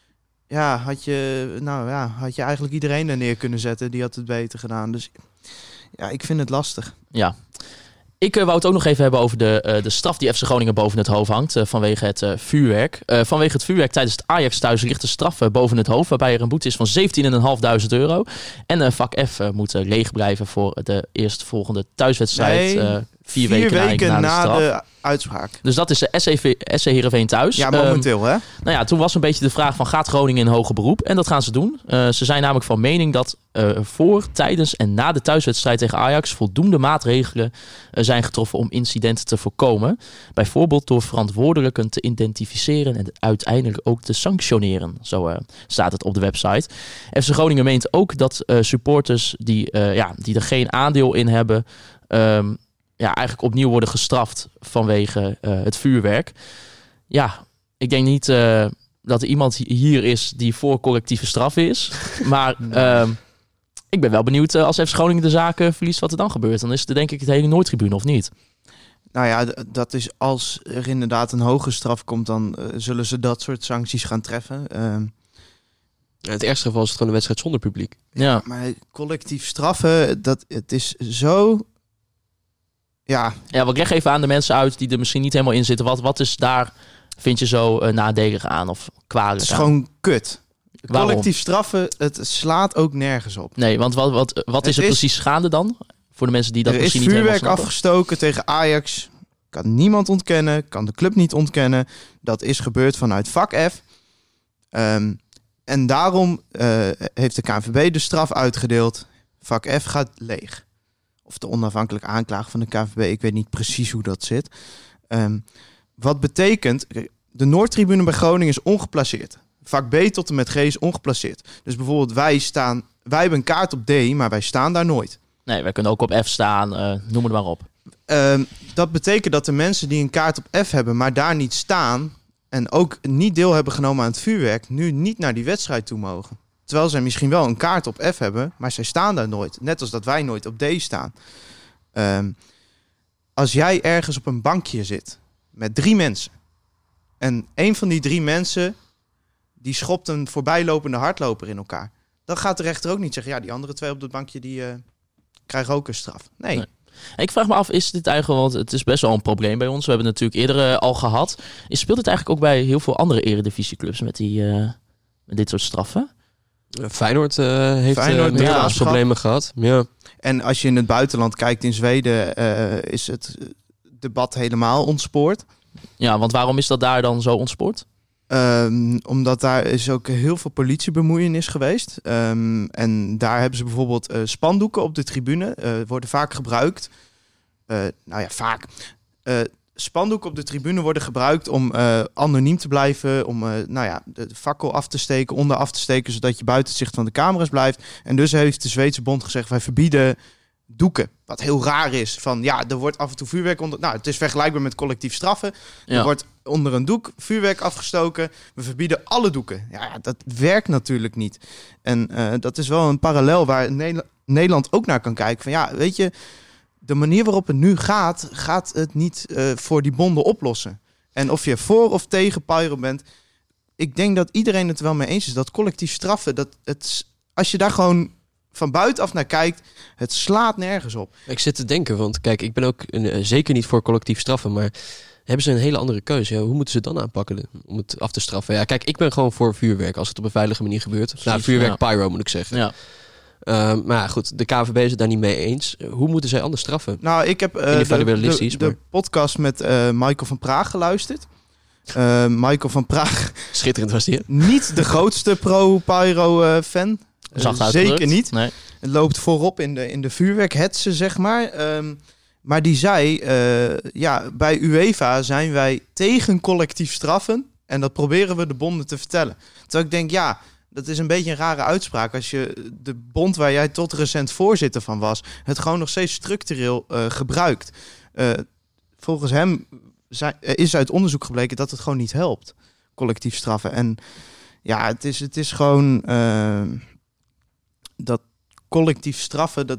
had je eigenlijk iedereen er neer kunnen zetten. Die had het beter gedaan. Dus ja, ik vind het lastig. Ja. Ik wou het ook nog even hebben over de straf die FC Groningen boven het hoofd hangt vanwege het vuurwerk. Vanwege het vuurwerk tijdens het Ajax thuis ligt de straf boven het hoofd, waarbij er een boete is van €17.500. En vak F moet leeg blijven voor de eerstvolgende thuiswedstrijd. 4 weken na de uitspraak. Dus dat is de SC Heerenveen thuis. Ja, momenteel hè? Nou ja, toen was een beetje de vraag van gaat Groningen in hoger beroep? En dat gaan ze doen. Ze zijn namelijk van mening dat voor, tijdens en na de thuiswedstrijd tegen Ajax voldoende maatregelen zijn getroffen om incidenten te voorkomen. Bijvoorbeeld door verantwoordelijken te identificeren en uiteindelijk ook te sanctioneren. Zo staat het op de website. FC Groningen meent ook dat supporters die er geen aandeel in hebben... eigenlijk opnieuw worden gestraft vanwege het vuurwerk. Ja, ik denk niet dat er iemand hier is die voor collectieve straf is. Maar ik ben wel benieuwd als FC Groningen de zaken verliest wat er dan gebeurt. Dan is het denk ik het hele Noordtribune of niet? Nou ja, dat is als er inderdaad een hoge straf komt, dan zullen ze dat soort sancties gaan treffen. In het ergste geval is het gewoon een wedstrijd zonder publiek. Ja. Maar collectief straffen, het is zo... Ja, ik leg even aan de mensen uit die er misschien niet helemaal in zitten. Wat is daar, vind je zo nadelig aan of kwalijk het is aan? gewoon kut. Waarom? Collectief straffen, het slaat ook nergens op. Nee, want wat is er precies gaande dan? Voor de mensen die dat misschien niet helemaal snappen. Er is vuurwerk afgestoken tegen Ajax. Kan niemand ontkennen, kan de club niet ontkennen. Dat is gebeurd vanuit vak F. En daarom heeft de KNVB de straf uitgedeeld. Vak F gaat leeg. Of de onafhankelijke aanklager van de KNVB. Ik weet niet precies hoe dat zit. Wat betekent... De Noordtribune bij Groningen is ongeplaceerd. Vak B tot en met G is ongeplaceerd. Dus bijvoorbeeld wij hebben een kaart op D, maar wij staan daar nooit. Nee, wij kunnen ook op F staan. Noem het maar op. Dat betekent dat de mensen die een kaart op F hebben, maar daar niet staan... en ook niet deel hebben genomen aan het vuurwerk... nu niet naar die wedstrijd toe mogen. Terwijl zij misschien wel een kaart op F hebben, maar zij staan daar nooit. Net als dat wij nooit op D staan. Als jij ergens op een bankje zit met 3 mensen... en een van die 3 mensen die schopt een voorbijlopende hardloper in elkaar... dan gaat de rechter ook niet zeggen... ja, die andere 2 op dat bankje die krijgen ook een straf. Nee. Ik vraag me af, is dit eigenlijk... want het is best wel een probleem bij ons. We hebben het natuurlijk eerder al gehad. Speelt het eigenlijk ook bij heel veel andere eredivisieclubs met dit soort straffen? Feyenoord heeft problemen gehad. Ja. En als je in het buitenland kijkt, in Zweden is het debat helemaal ontspoord. Ja, want waarom is dat daar dan zo ontspoord? Omdat daar is ook heel veel politiebemoeienis geweest. En daar hebben ze bijvoorbeeld spandoeken op de tribune. Worden vaak gebruikt. Vaak. Spandoeken op de tribune worden gebruikt om anoniem te blijven. Om de fakkel af te steken, onder af te steken, zodat je buiten het zicht van de camera's blijft. En dus heeft de Zweedse bond gezegd, wij verbieden doeken. Wat heel raar is. Van ja, er wordt af en toe vuurwerk onder... Nou, het is vergelijkbaar met collectief straffen. Ja. Er wordt onder een doek vuurwerk afgestoken. We verbieden alle doeken. Ja, dat werkt natuurlijk niet. En dat is wel een parallel waar Nederland ook naar kan kijken. Van ja, weet je, de manier waarop het nu gaat het niet voor die bonden oplossen. En of je voor of tegen pyro bent, ik denk dat iedereen het er wel mee eens is. Dat collectief straffen, als je daar gewoon van buitenaf naar kijkt, het slaat nergens op. Ik zit te denken, want kijk, ik ben ook zeker niet voor collectief straffen, maar hebben ze een hele andere keuze? Ja, hoe moeten ze het dan aanpakken om het af te straffen? Ja, kijk, ik ben gewoon voor vuurwerk als het op een veilige manier gebeurt. Precies, vuurwerk, pyro moet ik zeggen. Ja. Maar goed, de KNVB is het daar niet mee eens. Hoe moeten zij anders straffen? Nou, ik heb de podcast met Michael van Praag geluisterd. Michael van Praag. Schitterend was die. Niet de grootste pro-pyro fan. Zeker niet. Nee. Het loopt voorop in de vuurwerkhetsen, zeg maar. Maar die zei, bij UEFA zijn wij tegen collectief straffen. En dat proberen we de bonden te vertellen. Terwijl ik denk, dat is een beetje een rare uitspraak. Als je de bond waar jij tot recent voorzitter van was, het gewoon nog steeds structureel gebruikt. Volgens hem is uit onderzoek gebleken dat het gewoon niet helpt. Collectief straffen. En ja, het is gewoon dat collectief straffen,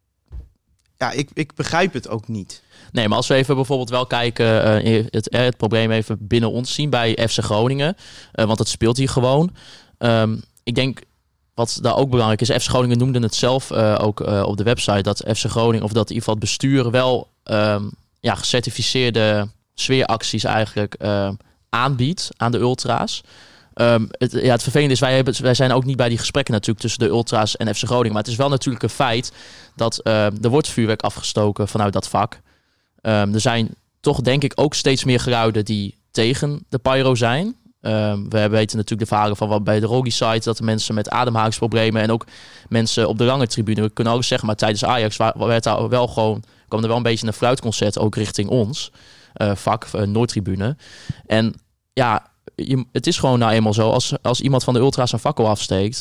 ik begrijp het ook niet. Nee, maar als we even bijvoorbeeld wel kijken, het probleem even binnen ons zien bij FC Groningen. Want het speelt hier gewoon. Ik denk, wat daar ook belangrijk is, FC Groningen noemde het zelf ook op de website, dat FC Groningen, of dat in ieder geval het bestuur wel gecertificeerde sfeeracties eigenlijk aanbiedt aan de ultra's. Het vervelende is, wij zijn ook niet bij die gesprekken natuurlijk tussen de ultra's en FC Groningen. Maar het is wel natuurlijk een feit dat er wordt vuurwerk afgestoken vanuit dat vak. Er zijn toch denk ik ook steeds meer geluiden die tegen de pyro zijn. We weten natuurlijk de verhalen van wat bij de Rogge site, dat de mensen met ademhalingsproblemen en ook mensen op de lange tribune, we kunnen ook zeggen, maar tijdens Ajax werd daar wel gewoon, kwam er wel een beetje een fluitconcert ook richting ons vak, Noordtribune. En ja, het is gewoon nou eenmaal zo, als iemand van de ultra's een fakkel afsteekt,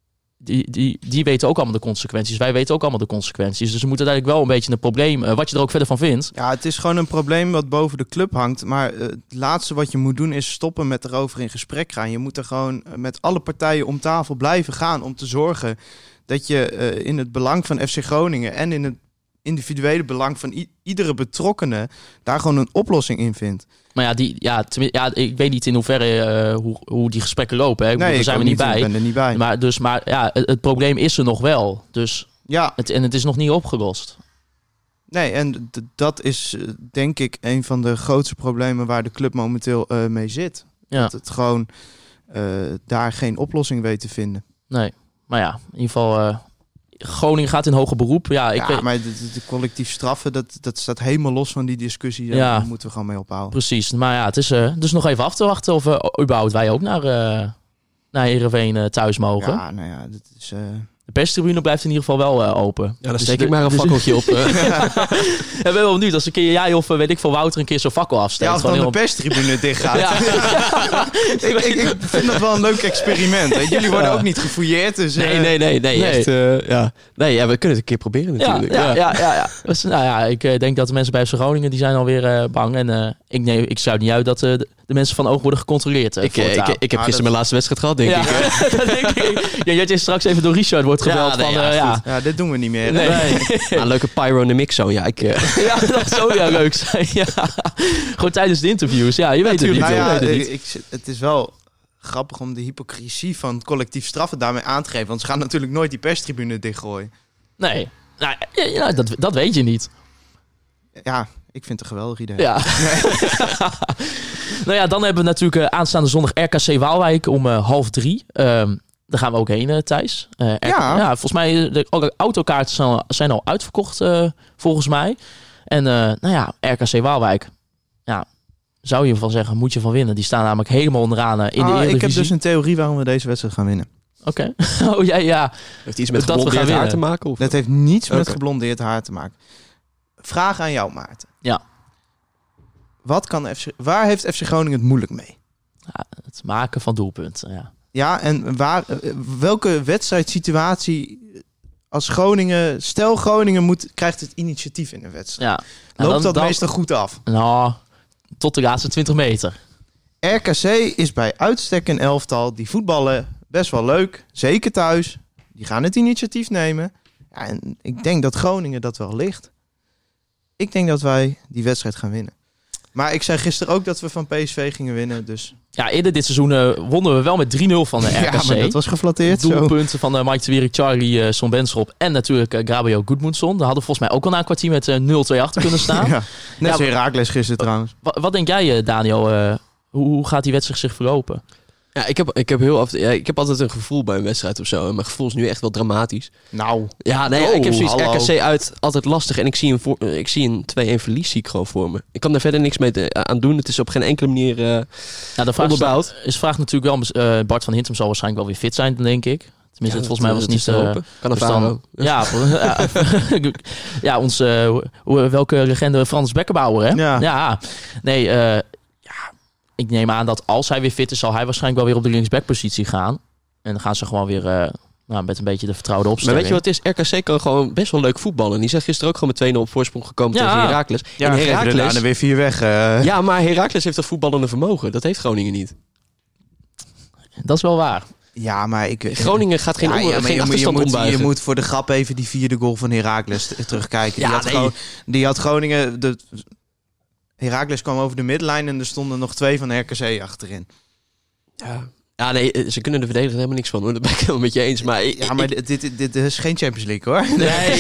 die weten ook allemaal de consequenties. Wij weten ook allemaal de consequenties. Dus we moeten eigenlijk wel een beetje een probleem, wat je er ook verder van vindt. Ja, het is gewoon een probleem wat boven de club hangt. Maar het laatste wat je moet doen is stoppen met erover in gesprek gaan. Je moet er gewoon met alle partijen om tafel blijven gaan om te zorgen dat je in het belang van FC Groningen en in het individuele belang van iedere betrokkene daar gewoon een oplossing in vindt. Maar ik weet niet in hoeverre hoe die gesprekken lopen. Hè. Daar zijn we niet bij. Ik ben er niet bij. Maar het probleem is er nog wel. Dus ja. Het is nog niet opgelost. Nee, en dat is denk ik een van de grootste problemen waar de club momenteel mee zit. Ja. Dat het gewoon daar geen oplossing weet te vinden. Nee, maar ja, in ieder geval Groningen gaat in hoger beroep. Maar de collectief straffen, dat staat helemaal los van die discussie. Daar moeten we gewoon mee ophouden. Precies, maar ja, het is dus nog even af te wachten of überhaupt wij ook naar Heerenveen thuis mogen. Ja, nou ja, dat is... De perstribune blijft in ieder geval wel open. Ja, dan steek ik maar een fakkeltje op. Ik ben wel benieuwd als een keer jij of weet ik veel Wouter een keer zo'n fakkel afsteekt. Ja, of dan de perstribune dicht gaat. Ja. Ik vind dat wel een leuk experiment. Hè. Jullie worden ook niet gefouilleerd. Dus, Nee. Echt, Nee, we kunnen het een keer proberen natuurlijk. Ja. Dus, ik denk dat de mensen bij FC Groningen die zijn alweer bang. En ik sluit niet uit dat de mensen van Oog worden gecontroleerd. Ik heb gisteren mijn laatste wedstrijd gehad, denk ik. Dat denk ik. Ja, jij straks even door Richard wordt gebeld dit doen we niet meer. Nee. Een leuke pyro in de mix zo. Ja, dat zou leuk zijn. Ja. Gewoon tijdens de interviews. Ja, je weet het niet. Het is wel grappig om de hypocrisie van collectief straffen daarmee aan te geven. Want ze gaan natuurlijk nooit die perstribune dichtgooien. Nee, dat weet je niet. Ja, ik vind het een geweldig idee. Ja. Nou ja, dan hebben we natuurlijk aanstaande zondag RKC Waalwijk om 14:30. Daar gaan we ook heen, Thijs. Volgens mij de autokaarten zijn al uitverkocht, volgens mij. En RKC Waalwijk. Ja, zou je van zeggen, moet je van winnen. Die staan namelijk helemaal onderaan in de Eredivisie. Ik heb dus een theorie waarom we deze wedstrijd gaan winnen. Oké. Oh ja. Heeft iets met geblondeerd haar te maken? Of? Dat heeft niets met geblondeerd haar te maken. Vraag aan jou, Maarten. Ja. Waar heeft FC Groningen het moeilijk mee? Ja, het maken van doelpunten, ja. Ja, en welke wedstrijdsituatie als Groningen... Stel Groningen krijgt het initiatief in een wedstrijd. Ja. Loopt dat meestal goed af? Nou, tot de laatste 20 meter. RKC is bij uitstek een elftal. Die voetballen best wel leuk. Zeker thuis. Die gaan het initiatief nemen. Ja, en ik denk dat Groningen dat wel ligt. Ik denk dat wij die wedstrijd gaan winnen. Maar ik zei gisteren ook dat we van PSV gingen winnen. Dus... Ja, eerder dit seizoen wonnen we wel met 3-0 van de RKC. Ja, maar dat was geflatteerd. Doelpunten van Mike de Wierik, Charlie, Son Benschop en natuurlijk Gabriel Gudmundsson. Daar hadden we volgens mij ook al na een kwartier met 0-2 achter kunnen staan. Net als Heracles gisteren trouwens. Wat denk jij, Daniel? Hoe gaat die wedstrijd zich verlopen? Ja, ik heb altijd een gevoel bij een wedstrijd of zo. En mijn gevoel is nu echt wel dramatisch. Nou. Ja, ik heb zoiets RKC uit altijd lastig. En ik zie een 2-1 verlies zie ik gewoon voor me. Ik kan daar verder niks mee aan doen. Het is op geen enkele manier onderbouwd. De vraag natuurlijk wel, Bart van Hintem zal waarschijnlijk wel weer fit zijn, denk ik. Tenminste, volgens mij was het niet... Kan een dus dan, welke legende Frans Beckenbauer, hè? Ja. Nee, ik neem aan dat als hij weer fit is, zal hij waarschijnlijk wel weer op de linksbackpositie gaan. En dan gaan ze gewoon weer met een beetje de vertrouwde opstelling. Maar weet je wat het is? RKC kan gewoon best wel leuk voetballen. Die zijn gisteren ook gewoon met 2-0 op voorsprong gekomen tegen Heracles. Ja, en Heracles daarna weer 4 weg. Ja, maar Heracles heeft dat voetballende vermogen. Dat heeft Groningen niet. Dat is wel waar. Ja, maar Groningen gaat geen achterstand ombuigen. Je moet voor de grap even die 4e goal van Heracles terugkijken. Die had Groningen... Heracles kwam over de middenlijn en er stonden nog 2 van RKC achterin. Ja, nee, ze kunnen de verdediger helemaal niks van, hoor. Dat ben ik helemaal met je eens. Maar dit is geen Champions League, hoor. Nee.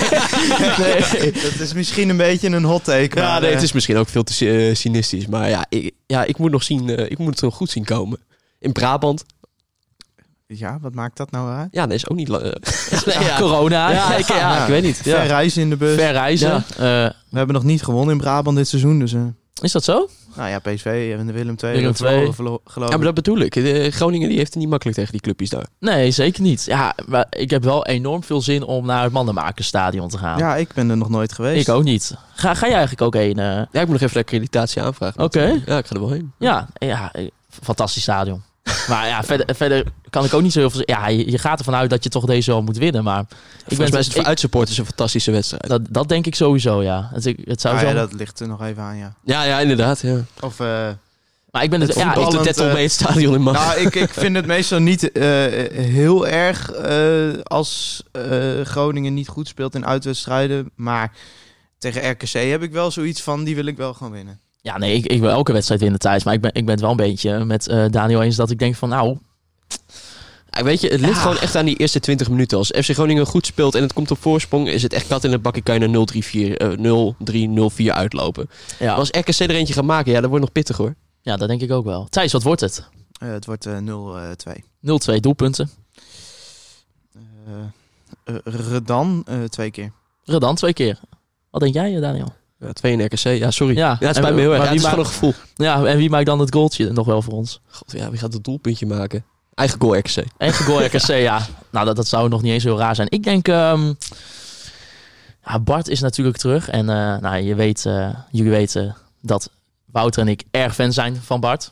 Dat is misschien een beetje een hot take. Ja, het is misschien ook veel te cynistisch. Maar ik moet nog zien. Ik moet het nog goed zien komen. In Brabant. Ja, wat maakt dat nou uit? Ja, dat is ook niet... Corona. Ik weet niet. Ver reizen in de bus. Ver reizen. We hebben nog niet gewonnen in Brabant dit seizoen. Dus, is dat zo? Nou ja, PSV en de Willem II. Ja, maar dat bedoel ik. Groningen die heeft het niet makkelijk tegen die clubjes daar. Nee, zeker niet. Ja, maar ik heb wel enorm veel zin om naar het Mandenmakersstadion te gaan. Ja, ik ben er nog nooit geweest. Ik ook niet. Ga jij eigenlijk ook heen? Ja, ik moet nog even de accreditatie aanvragen. Oké. Ja, ik ga er wel heen. Ja, fantastisch stadion. Maar ja, verder kan ik ook niet zo heel veel... Ja, je gaat ervan uit dat je toch deze wel moet winnen, maar... Volgens mij is het voor uitsupporters een fantastische wedstrijd. Dat denk ik sowieso, ja. Het zou dat ligt er nog even aan, ja. Ja, inderdaad, ja. Of... maar ik ben het... Of de Tettel mee het stadion in mag. Nou, ik vind het meestal niet heel erg als Groningen niet goed speelt in uitwedstrijden. Maar tegen RKC heb ik wel zoiets van, die wil ik wel gewoon winnen. Ja, nee, ik wil elke wedstrijd winnen thuis. Maar ik ben het wel een beetje met Daniel eens dat ik denk van nou... Ja, weet je, het ligt gewoon echt aan die eerste 20 minuten. Als FC Groningen goed speelt en het komt op voorsprong... is het echt kat in het bakje, kan je naar 0-3, 0-4 uitlopen. Ja. Maar als RKC er eentje gaat maken, dat wordt nog pittig, hoor. Ja, dat denk ik ook wel. Thijs, wat wordt het? Het wordt 0-2. 0-2 doelpunten. Redan 2 keer. Redan 2 keer. Wat denk jij, Daniel? Ja, 2 in RKC. Ja, sorry. Ja, het spijt me heel erg. Het is gewoon een gevoel. Ja, en wie maakt dan het goaltje nog wel voor ons? God, wie gaat het doelpuntje maken? Eigen goal RKC. Eigen goal RKC, ja. Nou, dat zou nog niet eens heel raar zijn. Ik denk... Bart is natuurlijk terug. En jullie weten dat Wouter en ik erg fan zijn van Bart.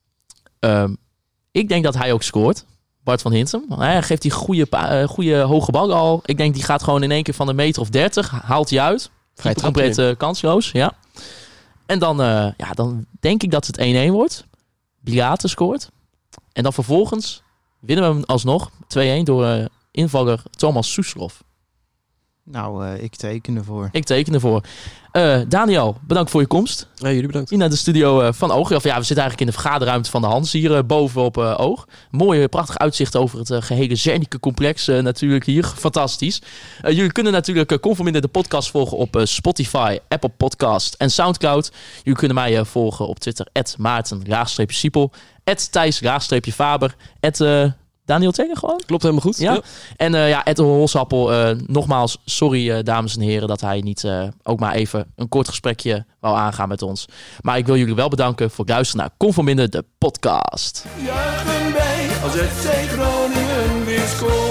Ik denk dat hij ook scoort. Bart van Hintem. Hij geeft die goede hoge bal al. Ik denk die gaat gewoon in één keer van 1 meter of 30. Haalt hij uit. Vrij compleet kansloos, ja. En dan denk ik dat het 1-1 wordt. Biate scoort. En dan vervolgens winnen we hem alsnog 2-1 door invaller Thomas Soeslof. Nou, ik teken ervoor. Daniel, bedankt voor je komst. Ja, jullie bedankt. Hier naar de studio van Oog. Of ja, we zitten eigenlijk in de vergaderruimte van de Hans. Hier bovenop Oog. Mooi, prachtig uitzicht over het gehele Zernike-complex natuurlijk hier. Fantastisch. Jullie kunnen natuurlijk Conforminder de podcast volgen op Spotify, Apple Podcast en Soundcloud. Jullie kunnen mij volgen op Twitter, @Maarten_Siepel, @Thijs_Faber, Daniel Tenger gewoon? Klopt helemaal goed. Ja. En Ed Holsappel, nogmaals, sorry dames en heren dat hij niet ook maar even een kort gesprekje wou aangaan met ons. Maar ik wil jullie wel bedanken voor het luisteren naar Conforminder de podcast. Juichen wij als FC Groningen weer scoort.